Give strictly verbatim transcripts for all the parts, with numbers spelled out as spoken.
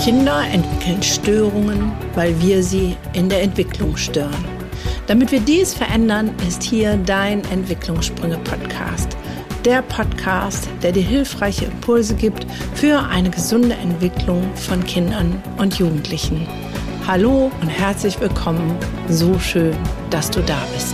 Kinder entwickeln Störungen, weil wir sie in der Entwicklung stören. Damit wir dies verändern, ist hier dein Entwicklungssprünge-Podcast. Der Podcast, der dir hilfreiche Impulse gibt für eine gesunde Entwicklung von Kindern und Jugendlichen. Hallo und herzlich willkommen. So schön, dass du da bist.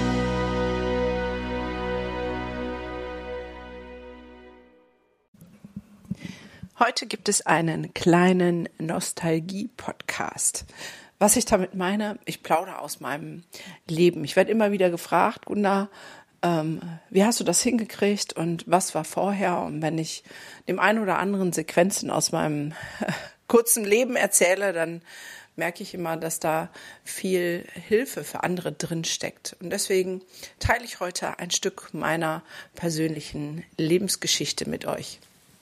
Heute gibt es einen kleinen Nostalgie-Podcast. Was ich damit meine, ich plaudere aus meinem Leben. Ich werde immer wieder gefragt, Gunda, ähm, wie hast du das hingekriegt und was war vorher? Und wenn ich dem einen oder anderen Sequenzen aus meinem kurzen Leben erzähle, dann merke ich immer, dass da viel Hilfe für andere drin steckt. Und deswegen teile ich heute ein Stück meiner persönlichen Lebensgeschichte mit euch.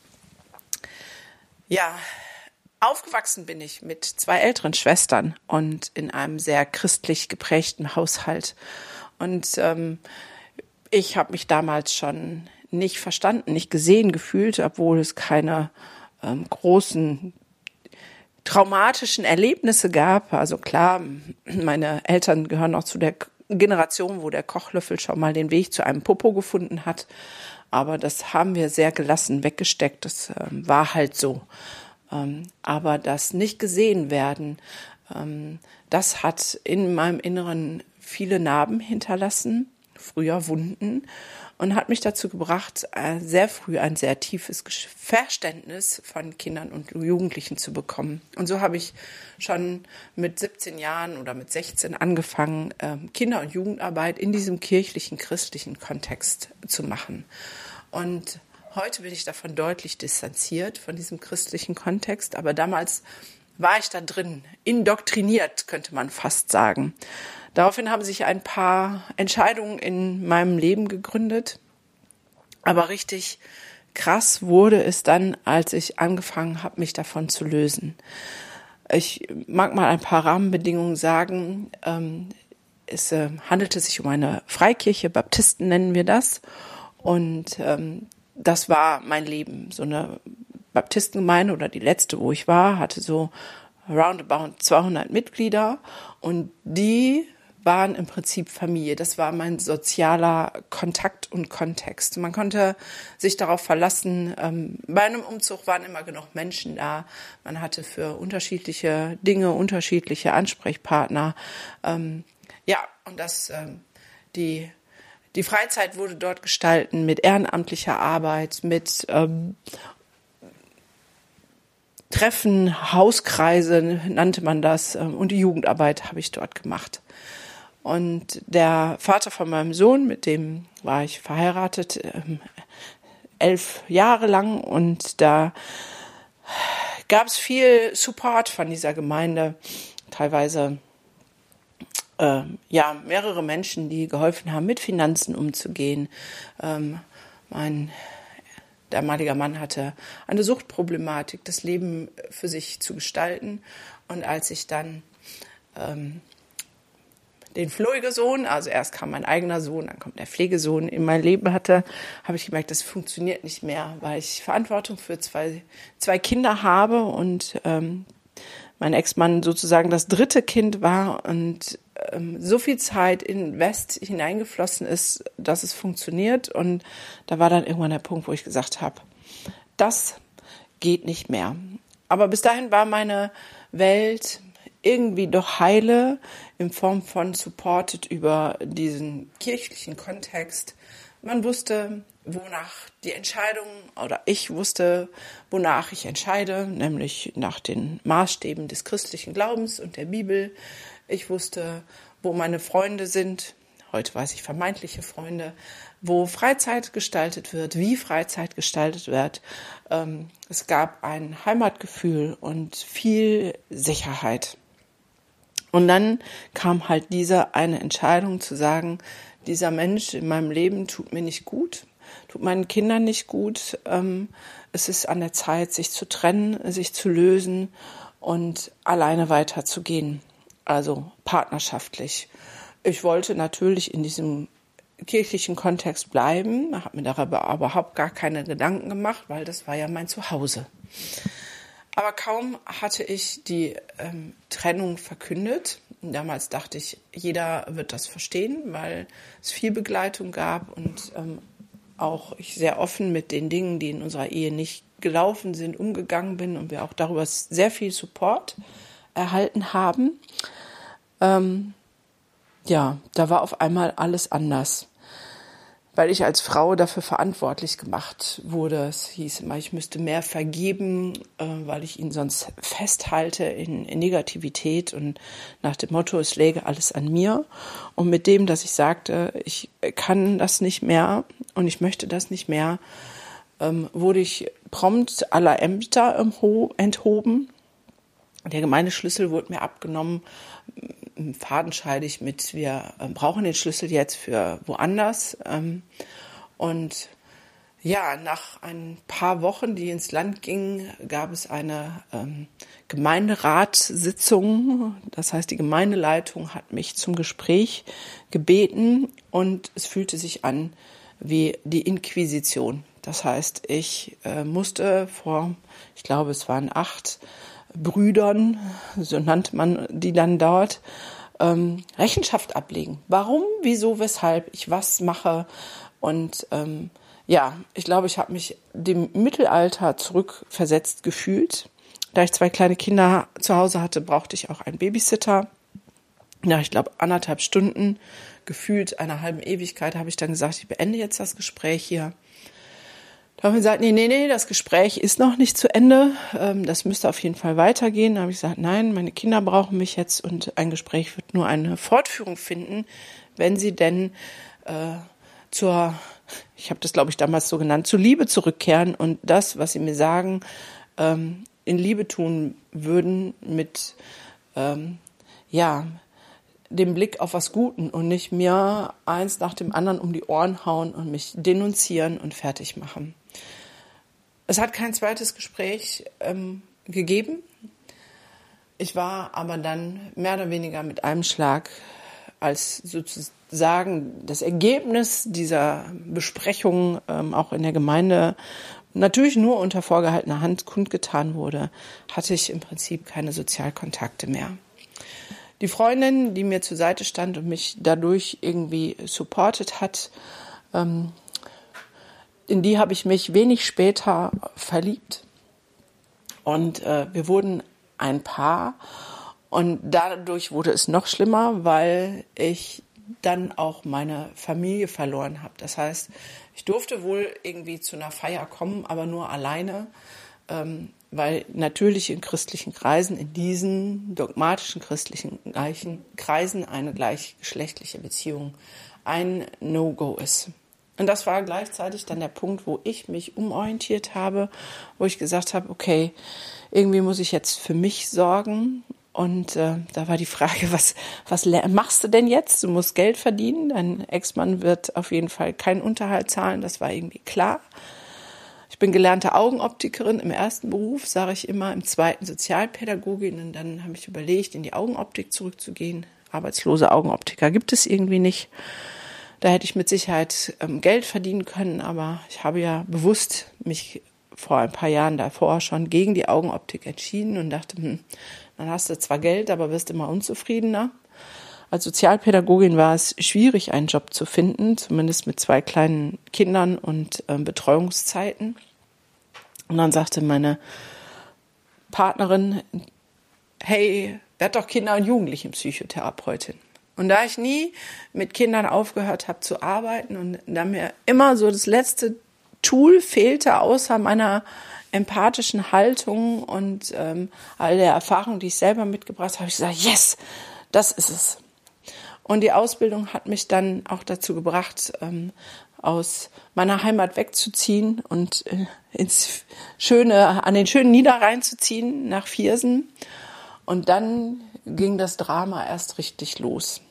Ja, aufgewachsen bin ich mit zwei älteren Schwestern und in einem sehr christlich geprägten Haushalt. Und ähm, ich habe mich damals schon nicht verstanden, nicht gesehen gefühlt, obwohl es keine ähm, großen traumatischen Erlebnisse gab. Also klar, meine Eltern gehören auch zu der Generation, wo der Kochlöffel schon mal den Weg zu einem Popo gefunden hat. Aber das haben wir sehr gelassen weggesteckt. Das ähm, war halt so. Ähm, aber das nicht gesehen werden, ähm, das hat in meinem Inneren viele Narben hinterlassen, früher Wunden, und hat mich dazu gebracht, äh, sehr früh ein sehr tiefes Verständnis von Kindern und Jugendlichen zu bekommen. Und so habe ich schon mit siebzehn Jahren oder mit sechzehn angefangen, äh, Kinder- und Jugendarbeit in diesem kirchlichen, christlichen Kontext zu machen. Und heute bin ich davon deutlich distanziert, von diesem christlichen Kontext. Aber damals war ich da drin, indoktriniert, könnte man fast sagen. Daraufhin haben sich ein paar Entscheidungen in meinem Leben gegründet. Aber richtig krass wurde es dann, als ich angefangen habe, mich davon zu lösen. Ich mag mal ein paar Rahmenbedingungen sagen. Es handelte sich um eine Freikirche, Baptisten nennen wir das. Und ähm, das war mein Leben. So eine Baptistengemeinde oder die letzte, wo ich war, hatte so roundabout zweihundert Mitglieder. Und die waren im Prinzip Familie. Das war mein sozialer Kontakt und Kontext. Man konnte sich darauf verlassen, ähm, bei einem Umzug waren immer genug Menschen da. Man hatte für unterschiedliche Dinge unterschiedliche Ansprechpartner. Ähm, ja, und das, ähm, die Die Freizeit wurde dort gestalten mit ehrenamtlicher Arbeit, mit ähm, Treffen, Hauskreise nannte man das, ähm, und die Jugendarbeit habe ich dort gemacht. Und der Vater von meinem Sohn, mit dem war ich verheiratet, ähm, elf Jahre lang, und da gab es viel Support von dieser Gemeinde, teilweise Ähm, ja, mehrere Menschen, die geholfen haben, mit Finanzen umzugehen. Ähm, mein damaliger Mann hatte eine Suchtproblematik, das Leben für sich zu gestalten. Und als ich dann ähm, den Pflegesohn, also erst kam mein eigener Sohn, dann kommt der Pflegesohn, in mein Leben hatte, habe ich gemerkt, das funktioniert nicht mehr, weil ich Verantwortung für zwei, zwei Kinder habe und ähm, mein Ex-Mann sozusagen das dritte Kind war und ähm, so viel Zeit in West hineingeflossen ist, dass es funktioniert. Und da war dann irgendwann der Punkt, wo ich gesagt habe, das geht nicht mehr. Aber bis dahin war meine Welt irgendwie doch heile in Form von supported über diesen kirchlichen Kontext. Man wusste, wonach die Entscheidung, oder ich wusste, wonach ich entscheide, nämlich nach den Maßstäben des christlichen Glaubens und der Bibel. Ich wusste, wo meine Freunde sind, heute weiß ich vermeintliche Freunde, wo Freizeit gestaltet wird, wie Freizeit gestaltet wird. Es gab ein Heimatgefühl und viel Sicherheit. Und dann kam halt diese eine Entscheidung zu sagen, dieser Mensch in meinem Leben tut mir nicht gut, tut meinen Kindern nicht gut. Es ist an der Zeit, sich zu trennen, sich zu lösen und alleine weiterzugehen, also partnerschaftlich. Ich wollte natürlich in diesem kirchlichen Kontext bleiben, habe mir darüber überhaupt gar keine Gedanken gemacht, weil das war ja mein Zuhause. Aber kaum hatte ich die ähm, Trennung verkündet. Damals dachte ich, jeder wird das verstehen, weil es viel Begleitung gab und ähm, auch ich sehr offen mit den Dingen, die in unserer Ehe nicht gelaufen sind, umgegangen bin und wir auch darüber sehr viel Support erhalten haben. Ähm, ja, da war auf einmal alles anders, weil ich als Frau dafür verantwortlich gemacht wurde. Es hieß immer, ich müsste mehr vergeben, äh, weil ich ihn sonst festhalte in, in Negativität und nach dem Motto, es läge alles an mir. Und mit dem, dass ich sagte, ich kann das nicht mehr und ich möchte das nicht mehr, ähm, wurde ich prompt aller Ämter enthoben. Der Gemeindeschlüssel wurde mir abgenommen, fadenscheidig mit, wir brauchen den Schlüssel jetzt für woanders. Und ja, nach ein paar Wochen, die ins Land gingen, gab es eine Gemeinderatssitzung. Das heißt, die Gemeindeleitung hat mich zum Gespräch gebeten und es fühlte sich an wie die Inquisition. Das heißt, ich musste vor, ich glaube, es waren acht Brüdern, so nannte man die dann dort, ähm, Rechenschaft ablegen. Warum, wieso, weshalb ich was mache. Und ähm, ja, ich glaube, ich habe mich dem Mittelalter zurückversetzt gefühlt. Da ich zwei kleine Kinder zu Hause hatte, brauchte ich auch einen Babysitter. Ja, ich glaube, anderthalb Stunden, gefühlt einer halben Ewigkeit, habe ich dann gesagt, ich beende jetzt das Gespräch hier. Da haben wir gesagt, nee, nee, nee, das Gespräch ist noch nicht zu Ende. Ähm, das müsste auf jeden Fall weitergehen. Da habe ich gesagt, nein, meine Kinder brauchen mich jetzt und ein Gespräch wird nur eine Fortführung finden, wenn sie denn äh, zur, ich habe das glaube ich damals so genannt, zur Liebe zurückkehren und das, was sie mir sagen, ähm, in Liebe tun würden mit, ähm, ja, dem Blick auf was Guten und nicht mir eins nach dem anderen um die Ohren hauen und mich denunzieren und fertig machen. Es hat kein zweites Gespräch ähm, gegeben. Ich war aber dann mehr oder weniger mit einem Schlag als sozusagen das Ergebnis dieser Besprechung ähm, auch in der Gemeinde natürlich nur unter vorgehaltener Hand kundgetan wurde, hatte ich im Prinzip keine Sozialkontakte mehr. Die Freundin, die mir zur Seite stand und mich dadurch irgendwie supportet hat, ähm, in die habe ich mich wenig später verliebt. Und äh, wir wurden ein Paar. Und dadurch wurde es noch schlimmer, weil ich dann auch meine Familie verloren habe. Das heißt, ich durfte wohl irgendwie zu einer Feier kommen, aber nur alleine, ähm, weil natürlich in christlichen Kreisen, in diesen dogmatischen christlichen Kreisen eine gleichgeschlechtliche Beziehung ein No-Go ist. Und das war gleichzeitig dann der Punkt, wo ich mich umorientiert habe, wo ich gesagt habe, okay, irgendwie muss ich jetzt für mich sorgen. Und äh, da war die Frage, was, was machst du denn jetzt? Du musst Geld verdienen, dein Ex-Mann wird auf jeden Fall keinen Unterhalt zahlen, das war irgendwie klar. Ich bin gelernte Augenoptikerin im ersten Beruf, sage ich immer, im zweiten Sozialpädagogin. Und dann habe ich überlegt, in die Augenoptik zurückzugehen. Arbeitslose Augenoptiker gibt es irgendwie nicht. Da hätte ich mit Sicherheit ähm, Geld verdienen können, aber ich habe ja bewusst mich vor ein paar Jahren davor schon gegen die Augenoptik entschieden und dachte, hm, dann hast du zwar Geld, aber wirst immer unzufriedener. Als Sozialpädagogin war es schwierig, einen Job zu finden, zumindest mit zwei kleinen Kindern und äh, Betreuungszeiten. Und dann sagte meine Partnerin, hey, werd doch Kinder- und Jugendlichenpsychotherapeutin. Und da ich nie mit Kindern aufgehört habe zu arbeiten und da mir immer so das letzte Tool fehlte, außer meiner empathischen Haltung und ähm, all der Erfahrung, die ich selber mitgebracht habe, habe ich gesagt, yes, das ist es. Und die Ausbildung hat mich dann auch dazu gebracht, ähm, aus meiner Heimat wegzuziehen und äh, ins schöne, an den schönen Niederrhein zu ziehen, nach Viersen. Und dann ging das Drama erst richtig los.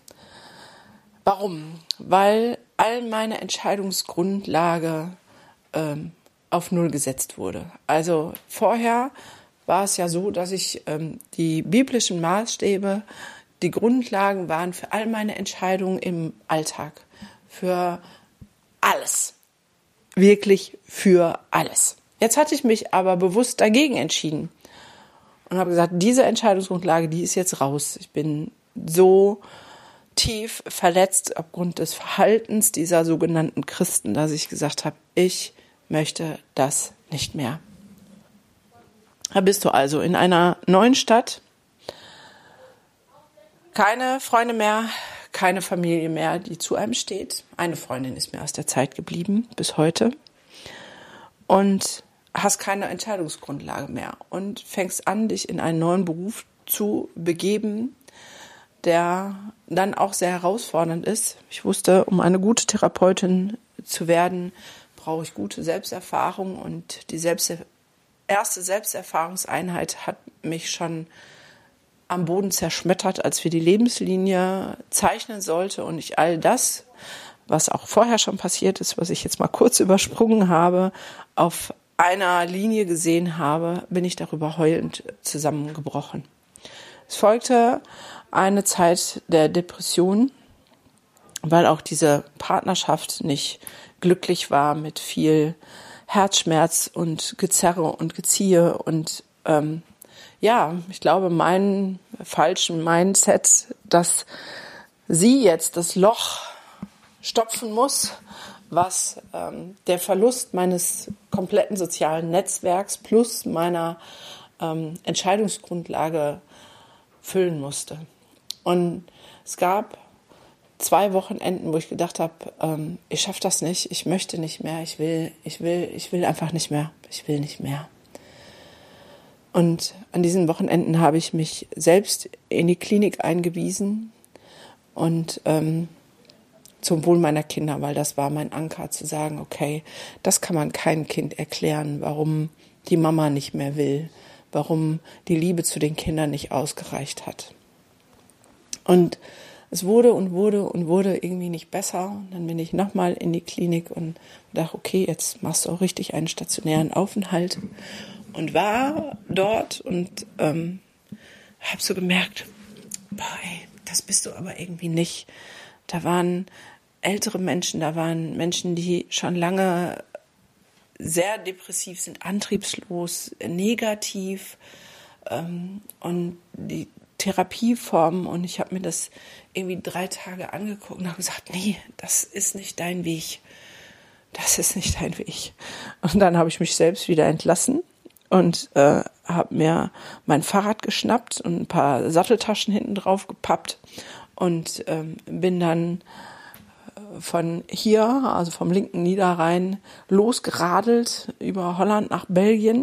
Warum? Weil all meine Entscheidungsgrundlage ähm, auf Null gesetzt wurde. Also vorher war es ja so, dass ich ähm, die biblischen Maßstäbe, die Grundlagen waren für all meine Entscheidungen im Alltag. Für alles. Wirklich für alles. Jetzt hatte ich mich aber bewusst dagegen entschieden. und habe gesagt, diese Entscheidungsgrundlage, die ist jetzt raus. Ich bin so tief verletzt aufgrund des Verhaltens dieser sogenannten Christen, dass ich gesagt habe, ich möchte das nicht mehr. Da bist du also in einer neuen Stadt, keine Freunde mehr, keine Familie mehr, die zu einem steht. Eine Freundin ist mir aus der Zeit geblieben, bis heute. Und hast keine Entscheidungsgrundlage mehr und fängst an, dich in einen neuen Beruf zu begeben, der dann auch sehr herausfordernd ist. Ich wusste, um eine gute Therapeutin zu werden, brauche ich gute Selbsterfahrung, und die Selbst- erste Selbsterfahrungseinheit hat mich schon am Boden zerschmettert, als wir die Lebenslinie zeichnen sollte und ich all das, was auch vorher schon passiert ist, was ich jetzt mal kurz übersprungen habe, auf einer Linie gesehen habe, bin ich darüber heulend zusammengebrochen. Es folgte eine Zeit der Depression, weil auch diese Partnerschaft nicht glücklich war, mit viel Herzschmerz und Gezerre und Geziehe und ähm, ja, ich glaube, mein falschen Mindset, dass sie jetzt das Loch stopfen muss, was ähm, der Verlust meines kompletten sozialen Netzwerks plus meiner ähm, Entscheidungsgrundlage füllen musste. Und es gab zwei Wochenenden, wo ich gedacht habe, ähm, ich schaffe das nicht, ich möchte nicht mehr, ich will, ich will, ich will einfach nicht mehr, ich will nicht mehr. Und an diesen Wochenenden habe ich mich selbst in die Klinik eingewiesen und ähm, zum Wohl meiner Kinder, weil das war mein Anker, zu sagen, okay, das kann man keinem Kind erklären, warum die Mama nicht mehr will, warum die Liebe zu den Kindern nicht ausgereicht hat. Und es wurde und wurde und wurde irgendwie nicht besser. Und dann bin ich nochmal in die Klinik und dachte, okay, jetzt machst du auch richtig einen stationären Aufenthalt. Und war dort und ähm, habe so gemerkt, boah, ey, das bist du aber irgendwie nicht. Da waren ältere Menschen, da waren Menschen, die schon lange sehr depressiv sind, antriebslos, negativ ähm, und die Therapieformen. Und ich habe mir das irgendwie drei Tage angeguckt und habe gesagt, nee, das ist nicht dein Weg. Das ist nicht dein Weg. Und dann habe ich mich selbst wieder entlassen und äh, habe mir mein Fahrrad geschnappt und ein paar Satteltaschen hinten drauf gepappt und ähm, bin dann von hier, also vom linken Niederrhein, losgeradelt über Holland nach Belgien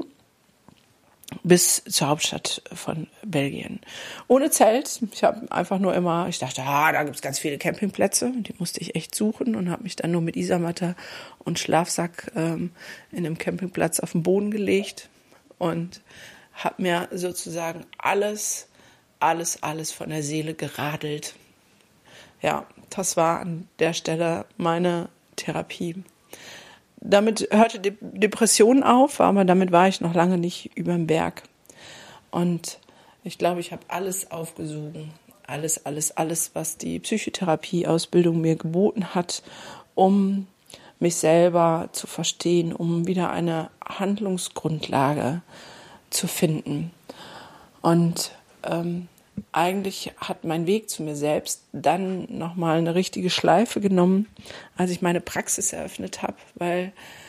bis zur Hauptstadt von Belgien. Ohne Zelt. Ich habe einfach nur immer, ich dachte, ah, da gibt es ganz viele Campingplätze. Die musste ich echt suchen und habe mich dann nur mit Isomatte und Schlafsack ähm, in einem Campingplatz auf den Boden gelegt und habe mir sozusagen alles, alles, alles von der Seele geradelt. Ja, das war an der Stelle meine Therapie. Damit hörte die Depression auf, aber damit war ich noch lange nicht über dem Berg. Und ich glaube, ich habe alles aufgesogen. Alles, alles, alles, was die Psychotherapieausbildung mir geboten hat, um mich selber zu verstehen, um wieder eine Handlungsgrundlage zu finden. Und ähm, eigentlich hat mein Weg zu mir selbst dann nochmal eine richtige Schleife genommen, als ich meine Praxis eröffnet habe, weil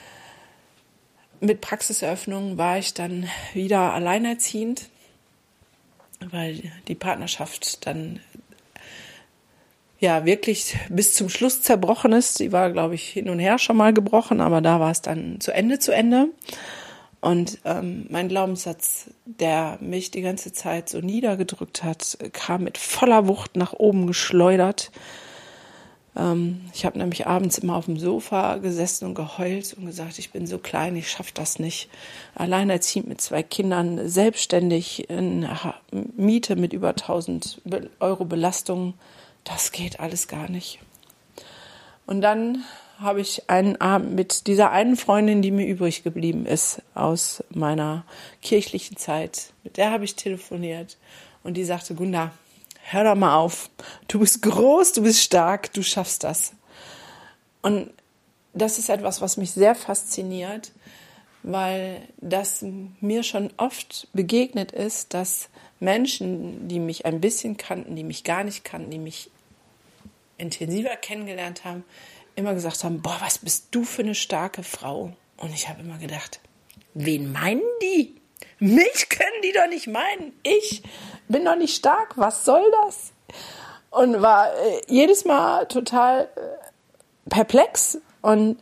mit Praxiseröffnung war ich dann wieder alleinerziehend, weil die Partnerschaft dann ja wirklich bis zum Schluss zerbrochen ist. Sie war, glaube ich, hin und her schon mal gebrochen, aber da war es dann zu Ende, zu Ende. Und ähm, mein Glaubenssatz, der mich die ganze Zeit so niedergedrückt hat, kam mit voller Wucht nach oben geschleudert. Ähm, ich habe nämlich abends immer auf dem Sofa gesessen und geheult und gesagt, ich bin so klein, ich schaffe das nicht. Alleinerziehend mit zwei Kindern, selbstständig in Miete mit über tausend Euro Belastung, das geht alles gar nicht. Und dann habe ich einen Abend mit dieser einen Freundin, die mir übrig geblieben ist aus meiner kirchlichen Zeit. Mit der habe ich telefoniert und die sagte, Gunda, hör doch mal auf. Du bist groß, du bist stark, du schaffst das. Und das ist etwas, was mich sehr fasziniert, weil das mir schon oft begegnet ist, dass Menschen, die mich ein bisschen kannten, die mich gar nicht kannten, die mich intensiver kennengelernt haben, immer gesagt haben, boah, was bist du für eine starke Frau? Und ich habe immer gedacht, wen meinen die? Mich können die doch nicht meinen. Ich bin doch nicht stark. Was soll das? Und war äh, jedes Mal total äh, perplex. Und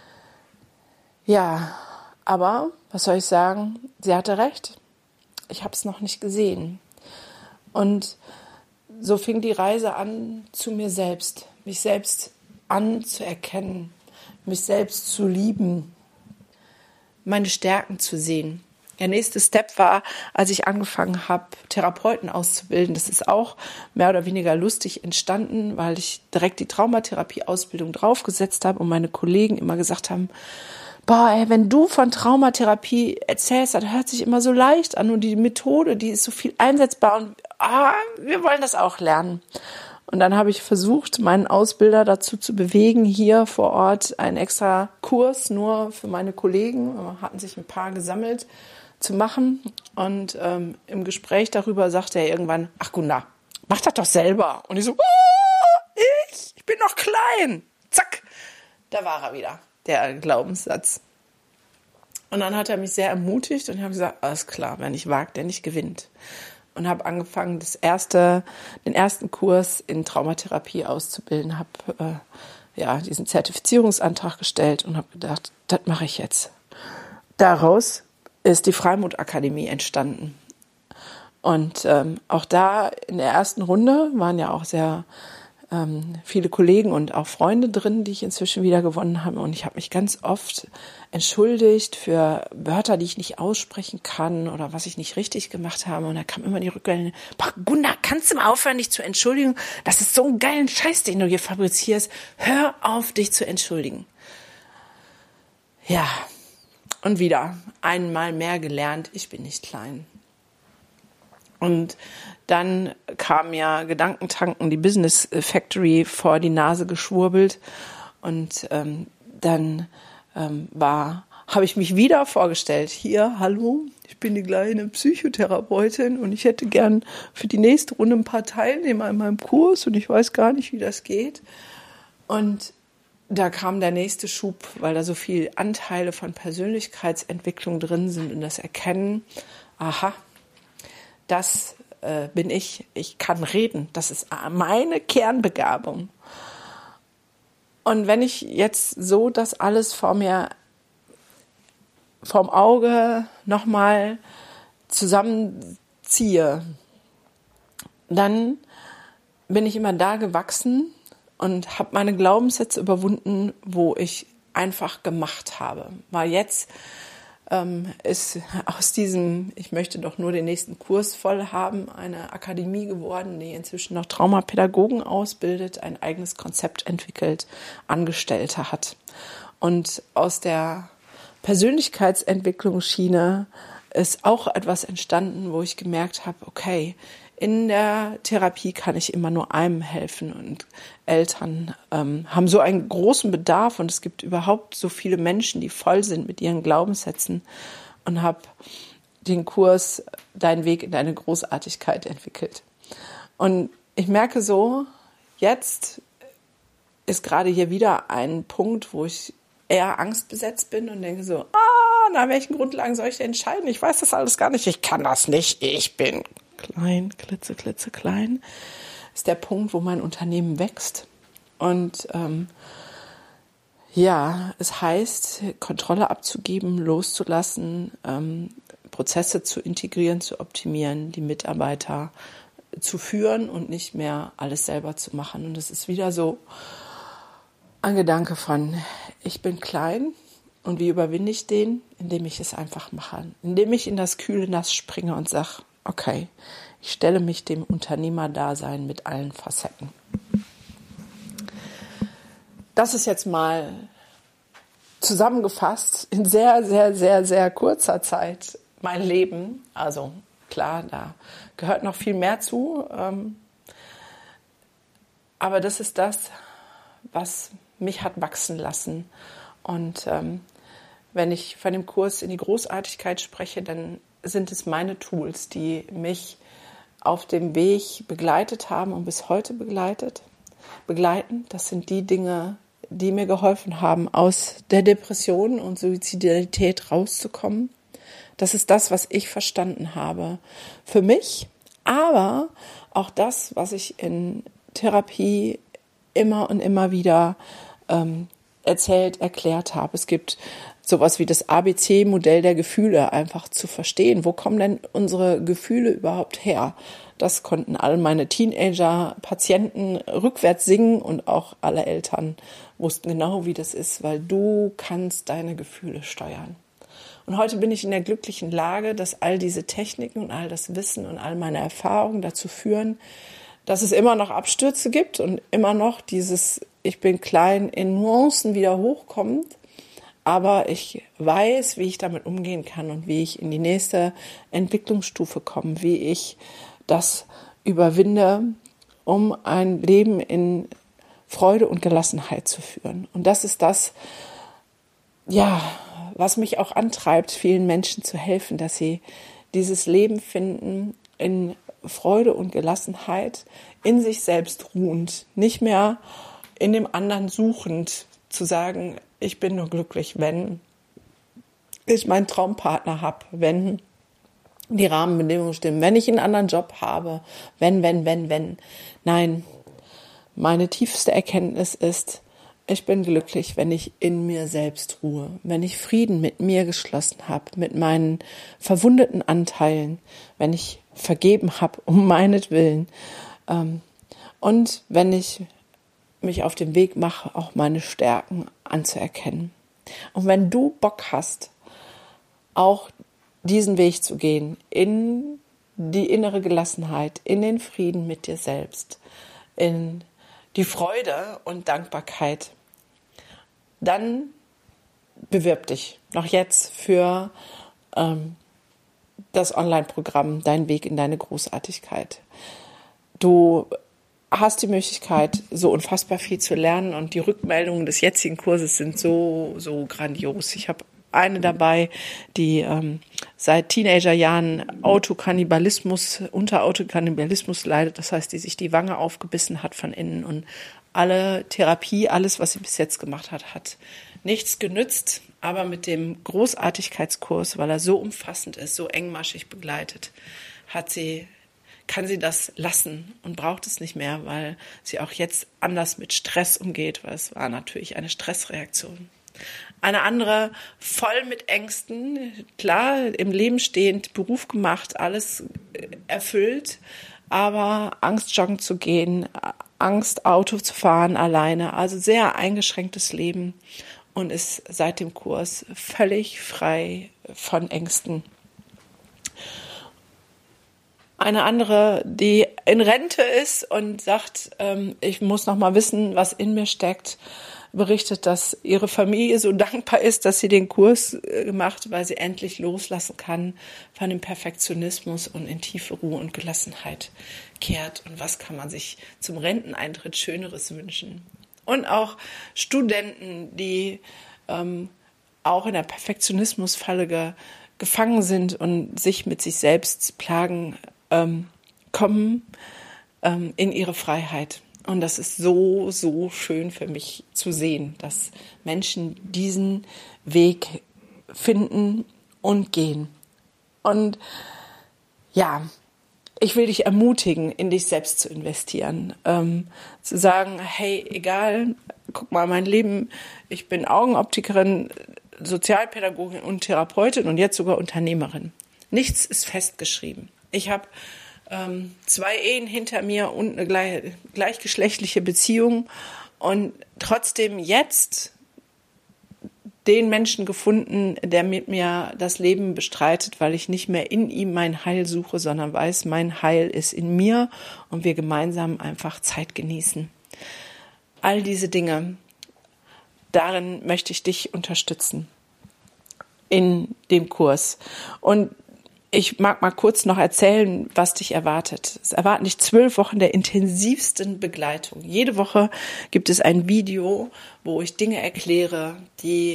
ja, aber was soll ich sagen? Sie hatte recht. Ich habe es noch nicht gesehen. Und so fing die Reise an zu mir selbst, mich selbst anzuerkennen, mich selbst zu lieben, meine Stärken zu sehen. Der nächste Step war, als ich angefangen habe, Therapeuten auszubilden. Das ist auch mehr oder weniger lustig entstanden, weil ich direkt die Traumatherapie-Ausbildung draufgesetzt habe und meine Kollegen immer gesagt haben, boah, ey, wenn du von Traumatherapie erzählst, das hört sich immer so leicht an und die Methode, die ist so viel einsetzbar und ah, wir wollen das auch lernen. Und dann habe ich versucht, meinen Ausbilder dazu zu bewegen, hier vor Ort einen extra Kurs nur für meine Kollegen, hatten sich ein paar gesammelt, zu machen. Und ähm, im Gespräch darüber sagte er irgendwann, ach Gunnar, mach das doch selber. Und ich so, oh, ich, ich bin noch klein. Zack, da war er wieder, der Glaubenssatz. Und dann hat er mich sehr ermutigt und ich habe gesagt, alles klar, wer nicht wagt, der nicht gewinnt. Und habe angefangen, das erste, den ersten Kurs in Traumatherapie auszubilden, habe äh, ja, diesen Zertifizierungsantrag gestellt und habe gedacht, das mache ich jetzt. Daraus ist die Freimut-Akademie entstanden. Und ähm, auch da in der ersten Runde waren ja auch sehr ähm, viele Kollegen und auch Freunde drin, die ich inzwischen wieder gewonnen habe. Und ich habe mich ganz oft entschuldigt für Wörter, die ich nicht aussprechen kann oder was ich nicht richtig gemacht habe. Und da kam immer die Rückmeldung, boah, Gunnar, kannst du mal aufhören, dich zu entschuldigen? Das ist so ein geilen Scheiß, den du hier fabrizierst. Hör auf, dich zu entschuldigen. Ja, und wieder einmal mehr gelernt, ich bin nicht klein. Und dann kam ja Gedankentanken, die Business Factory vor die Nase geschwurbelt. Und ähm, dann ähm, war, habe ich mich wieder vorgestellt. Hier, hallo, ich bin die kleine Psychotherapeutin und ich hätte gern für die nächste Runde ein paar Teilnehmer in meinem Kurs und ich weiß gar nicht, wie das geht. Und da kam der nächste Schub, weil da so viele Anteile von Persönlichkeitsentwicklung drin sind und das Erkennen, aha, das äh, bin ich, ich kann reden, das ist meine Kernbegabung. Und wenn ich jetzt so das alles vor mir, vorm Auge nochmal zusammenziehe, dann bin ich immer da gewachsen und habe meine Glaubenssätze überwunden, wo ich einfach gemacht habe. Weil jetzt ähm, ist aus diesem, ich möchte doch nur den nächsten Kurs voll haben, eine Akademie geworden, die inzwischen noch Traumapädagogen ausbildet, ein eigenes Konzept entwickelt, Angestellte hat. Und aus der Persönlichkeitsentwicklungsschiene ist auch etwas entstanden, wo ich gemerkt habe, okay, in der Therapie kann ich immer nur einem helfen und Eltern ähm, haben so einen großen Bedarf und es gibt überhaupt so viele Menschen, die voll sind mit ihren Glaubenssätzen und habe den Kurs Dein Weg in deine Großartigkeit entwickelt. Und ich merke so, jetzt ist gerade hier wieder ein Punkt, wo ich eher angstbesetzt bin und denke so, ah, nach welchen Grundlagen soll ich denn entscheiden? Ich weiß das alles gar nicht, ich kann das nicht, ich bin klein, klitze, klitze, klein, ist der Punkt, wo mein Unternehmen wächst. Und ähm, ja, es heißt, Kontrolle abzugeben, loszulassen, ähm, Prozesse zu integrieren, zu optimieren, die Mitarbeiter zu führen und nicht mehr alles selber zu machen. Und es ist wieder so ein Gedanke von, ich bin klein und wie überwinde ich den? Indem ich es einfach mache. Indem ich in das kühle Nass springe und sage, okay, ich stelle mich dem Unternehmerdasein mit allen Facetten. Das ist jetzt mal zusammengefasst in sehr, sehr, sehr, sehr kurzer Zeit mein Leben. Also klar, da gehört noch viel mehr zu. Aber das ist das, was mich hat wachsen lassen. Und wenn ich von dem Kurs in die Großartigkeit spreche, dann sind es meine Tools, die mich auf dem Weg begleitet haben und bis heute begleitet, begleiten. Das sind die Dinge, die mir geholfen haben, aus der Depression und Suizidalität rauszukommen. Das ist das, was ich verstanden habe für mich, aber auch das, was ich in Therapie immer und immer wieder ähm, erzählt, erklärt habe. Es gibt sowas wie das A B C-Modell der Gefühle einfach zu verstehen. Wo kommen denn unsere Gefühle überhaupt her? Das konnten all meine Teenager-Patienten rückwärts singen und auch alle Eltern wussten genau, wie das ist, weil du kannst deine Gefühle steuern. Und heute bin ich in der glücklichen Lage, dass all diese Techniken und all das Wissen und all meine Erfahrungen dazu führen, dass es immer noch Abstürze gibt und immer noch dieses Ich bin klein in Nuancen wieder hochkommt. Aber ich weiß, wie ich damit umgehen kann und wie ich in die nächste Entwicklungsstufe komme, wie ich das überwinde, um ein Leben in Freude und Gelassenheit zu führen. Und das ist das, ja, was mich auch antreibt, vielen Menschen zu helfen, dass sie dieses Leben finden in Freude und Gelassenheit, in sich selbst ruhend, nicht mehr in dem anderen suchend, zu sagen, ich bin nur glücklich, wenn ich meinen Traumpartner habe, wenn die Rahmenbedingungen stimmen, wenn ich einen anderen Job habe, wenn, wenn, wenn, wenn. Nein, meine tiefste Erkenntnis ist, ich bin glücklich, wenn ich in mir selbst ruhe, wenn ich Frieden mit mir geschlossen habe, mit meinen verwundeten Anteilen, wenn ich vergeben habe um meinetwillen und wenn ich mich auf den Weg mache, auch meine Stärken anzuerkennen. Und wenn du Bock hast, auch diesen Weg zu gehen, in die innere Gelassenheit, in den Frieden mit dir selbst, in die Freude und Dankbarkeit, dann bewirb dich noch jetzt für ähm, das Online-Programm Dein Weg in deine Großartigkeit. Du hast die Möglichkeit, so unfassbar viel zu lernen und die Rückmeldungen des jetzigen Kurses sind so, so grandios. Ich habe eine dabei, die ähm, seit Teenagerjahren Autokannibalismus, unter Autokannibalismus leidet, das heißt, die sich die Wange aufgebissen hat von innen und alle Therapie, alles, was sie bis jetzt gemacht hat, hat nichts genützt, aber mit dem Großartigkeitskurs, weil er so umfassend ist, so engmaschig begleitet, hat sie kann sie das lassen und braucht es nicht mehr, weil sie auch jetzt anders mit Stress umgeht, weil es war natürlich eine Stressreaktion. Eine andere voll mit Ängsten, klar, im Leben stehend, Beruf gemacht, alles erfüllt, aber Angst, joggen zu gehen, Angst, Auto zu fahren alleine, also sehr eingeschränktes Leben und ist seit dem Kurs völlig frei von Ängsten. Eine andere, die in Rente ist und sagt, ähm, ich muss noch mal wissen, was in mir steckt, berichtet, dass ihre Familie so dankbar ist, dass sie den Kurs gemacht, weil sie endlich loslassen kann von dem Perfektionismus und in tiefe Ruhe und Gelassenheit kehrt. Und was kann man sich zum Renteneintritt Schöneres wünschen? Und auch Studenten, die ähm, auch in der Perfektionismusfalle ge, gefangen sind und sich mit sich selbst plagen, ähm, kommen ähm, in ihre Freiheit. Und das ist so, so schön für mich zu sehen, dass Menschen diesen Weg finden und gehen. Und ja, ich will dich ermutigen, in dich selbst zu investieren. Ähm, zu sagen, hey, egal, guck mal, mein Leben, ich bin Augenoptikerin, Sozialpädagogin und Therapeutin und jetzt sogar Unternehmerin. Nichts ist festgeschrieben. Ich habe ähm, zwei Ehen hinter mir und eine gleich, gleichgeschlechtliche Beziehung und trotzdem jetzt den Menschen gefunden, der mit mir das Leben bestreitet, weil ich nicht mehr in ihm mein Heil suche, sondern weiß, mein Heil ist in mir und wir gemeinsam einfach Zeit genießen. All diese Dinge, darin möchte ich dich unterstützen in dem Kurs. Und ich mag mal kurz noch erzählen, was dich erwartet. Es erwarten dich zwölf Wochen der intensivsten Begleitung. Jede Woche gibt es ein Video, wo ich Dinge erkläre, die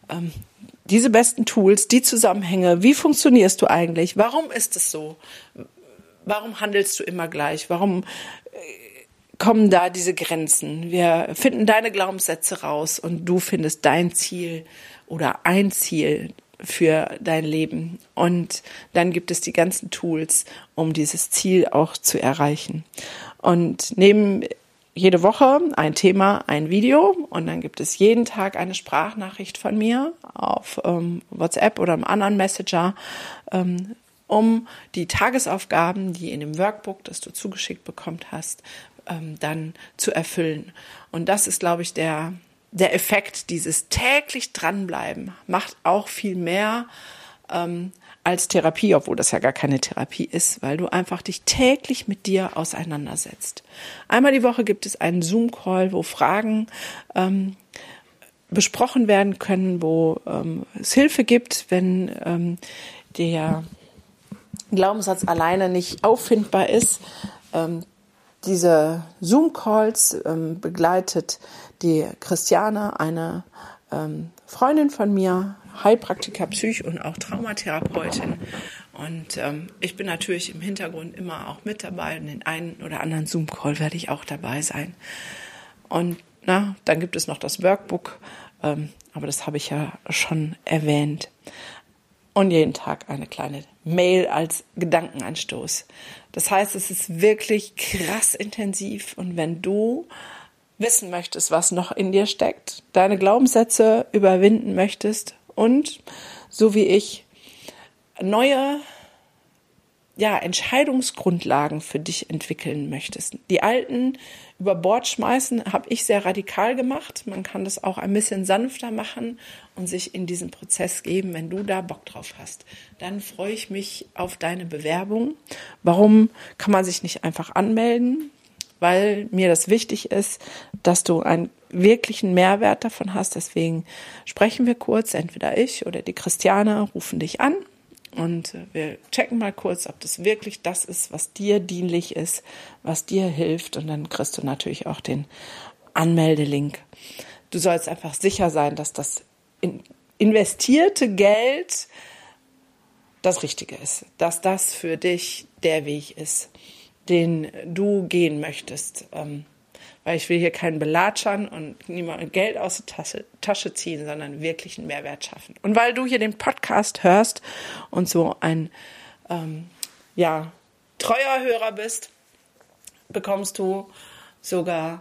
ähm, diese besten Tools, die Zusammenhänge, wie funktionierst du eigentlich? Warum ist es so? Warum handelst du immer gleich? Warum kommen da diese Grenzen? Wir finden deine Glaubenssätze raus und du findest dein Ziel oder ein Ziel für dein Leben. Und dann gibt es die ganzen Tools, um dieses Ziel auch zu erreichen. Und neben jede Woche ein Thema, ein Video und dann gibt es jeden Tag eine Sprachnachricht von mir auf ähm, WhatsApp oder einem anderen Messenger, ähm, um die Tagesaufgaben, die in dem Workbook, das du zugeschickt bekommen hast, ähm, dann zu erfüllen. Und das ist, glaube ich, der, der Effekt, dieses täglich dranbleiben, macht auch viel mehr ähm, als Therapie, obwohl das ja gar keine Therapie ist, weil du einfach dich täglich mit dir auseinandersetzt. Einmal die Woche gibt es einen Zoom-Call, wo Fragen ähm, besprochen werden können, wo ähm, es Hilfe gibt, wenn ähm, der Glaubenssatz alleine nicht auffindbar ist. Ähm, diese Zoom-Calls ähm, begleitet die Christiane, eine ähm, Freundin von mir, Heilpraktiker, Psych- und auch Traumatherapeutin. Und ähm, ich bin natürlich im Hintergrund immer auch mit dabei. Und den einen oder anderen Zoom-Call werde ich auch dabei sein. Und na, dann gibt es noch das Workbook, ähm, aber das habe ich ja schon erwähnt. Und jeden Tag eine kleine Mail als Gedankenanstoß. Das heißt, es ist wirklich krass intensiv. Und wenn du wissen möchtest, was noch in dir steckt, deine Glaubenssätze überwinden möchtest und, so wie ich, neue ja, Entscheidungsgrundlagen für dich entwickeln möchtest. Die alten über Bord schmeißen, habe ich sehr radikal gemacht. Man kann das auch ein bisschen sanfter machen und sich in diesen Prozess geben, wenn du da Bock drauf hast. Dann freue ich mich auf deine Bewerbung. Warum kann man sich nicht einfach anmelden? Weil mir das wichtig ist, dass du einen wirklichen Mehrwert davon hast. Deswegen sprechen wir kurz, entweder ich oder die Christiane rufen dich an und wir checken mal kurz, ob das wirklich das ist, was dir dienlich ist, was dir hilft. Und dann kriegst du natürlich auch den Anmeldelink. Du sollst einfach sicher sein, dass das investierte Geld das Richtige ist, dass das für dich der Weg ist, den du gehen möchtest. Ähm, weil ich will hier keinen belatschern und niemand Geld aus der Tasche, Tasche ziehen, sondern wirklich einen Mehrwert schaffen. Und weil du hier den Podcast hörst und so ein ähm, ja, treuer Hörer bist, bekommst du sogar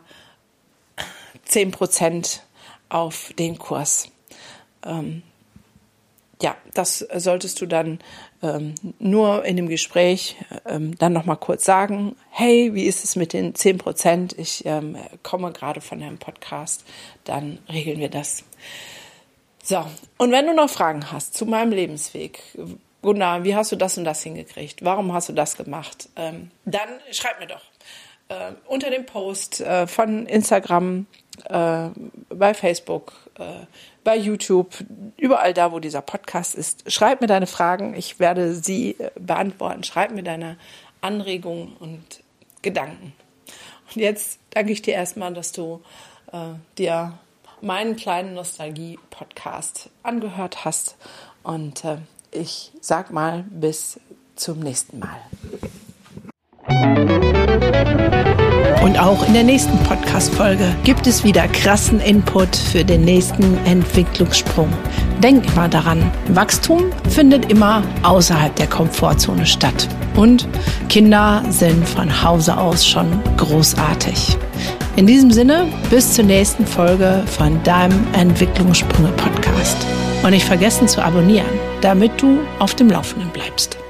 zehn Prozent auf den Kurs. Ähm, ja, das solltest du dann ähm, nur in dem Gespräch ähm, dann nochmal kurz sagen, hey, wie ist es mit den zehn Prozent? Ich ähm, komme gerade von einem Podcast, dann regeln wir das. So, und wenn du noch Fragen hast zu meinem Lebensweg, Gunnar, wie hast du das und das hingekriegt? Warum hast du das gemacht? Ähm, dann schreib mir doch äh, unter dem Post äh, von Instagram, äh, bei Facebook, äh, bei YouTube, überall da, wo dieser Podcast ist. Schreib mir deine Fragen, ich werde sie beantworten. Schreib mir deine Anregungen und Gedanken. Und jetzt danke ich dir erstmal, dass du äh, dir meinen kleinen Nostalgie-Podcast angehört hast. Und äh, ich sag mal, bis zum nächsten Mal. Und auch in der nächsten Podcast-Folge gibt es wieder krassen Input für den nächsten Entwicklungssprung. Denk immer daran, Wachstum findet immer außerhalb der Komfortzone statt. Und Kinder sind von Hause aus schon großartig. In diesem Sinne, bis zur nächsten Folge von deinem Entwicklungssprünge-Podcast. Und nicht vergessen zu abonnieren, damit du auf dem Laufenden bleibst.